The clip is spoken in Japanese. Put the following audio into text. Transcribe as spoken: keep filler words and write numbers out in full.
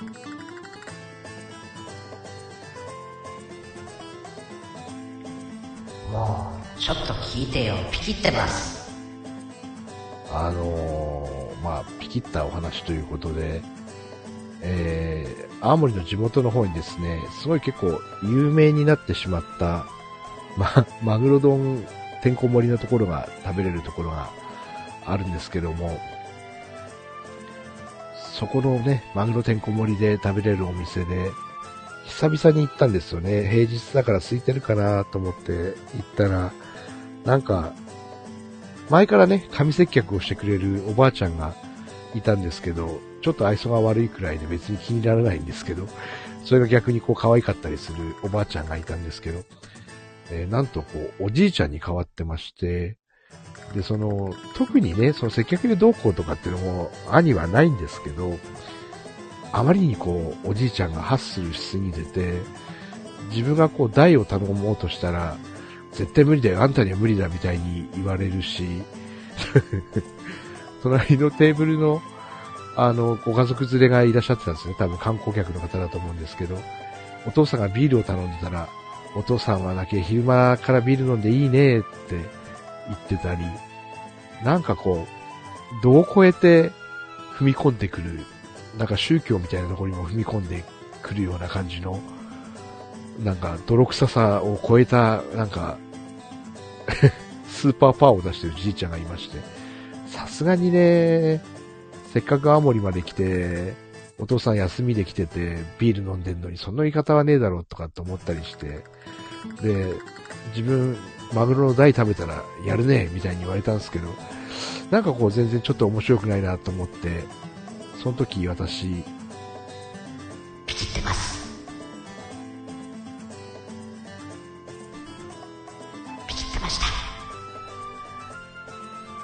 もうちょっと聞いてよ、ピキってます。 あのー、まあピキったお話ということで、えー、青森の地元の方にですね、すごい結構有名になってしまった、ま、マグロ丼てんこ盛りのところが食べれるところがあるんですけども、そこのね、マグロてんこ盛りで食べれるお店で、久々に行ったんですよね。平日だから空いてるかなと思って行ったら、なんか、前からね、神接客をしてくれるおばあちゃんがいたんですけど、ちょっと愛想が悪いくらいで別に気にならないんですけど、それが逆にこう可愛かったりするおばあちゃんがいたんですけど、えー、なんとこう、おじいちゃんに変わってまして、で、その、特にね、その接客でどうこうとかっていうのも、兄はないんですけど、あまりにこう、おじいちゃんがハッスルしすぎてて、自分がこう、台を頼もうとしたら、絶対無理だよ、あんたには無理だみたいに言われるし、隣のテーブルの、あの、ご家族連れがいらっしゃってたんですね。多分観光客の方だと思うんですけど、お父さんがビールを頼んでたら、お父さんはだけ昼間からビール飲んでいいねって言ってたり、なんかこう、度を超えて踏み込んでくる、なんか宗教みたいなところにも踏み込んでくるような感じの、なんか泥臭さを超えた、なんか、スーパーパワーを出してるじいちゃんがいまして、さすがにね、せっかく青森まで来て、お父さん休みで来てて、ビール飲んでんのに、そんな言い方はねえだろうとかって思ったりして、で、自分、マグロの大食べたらやるねみたいに言われたんですけど、なんかこう全然ちょっと面白くないなと思って、その時私、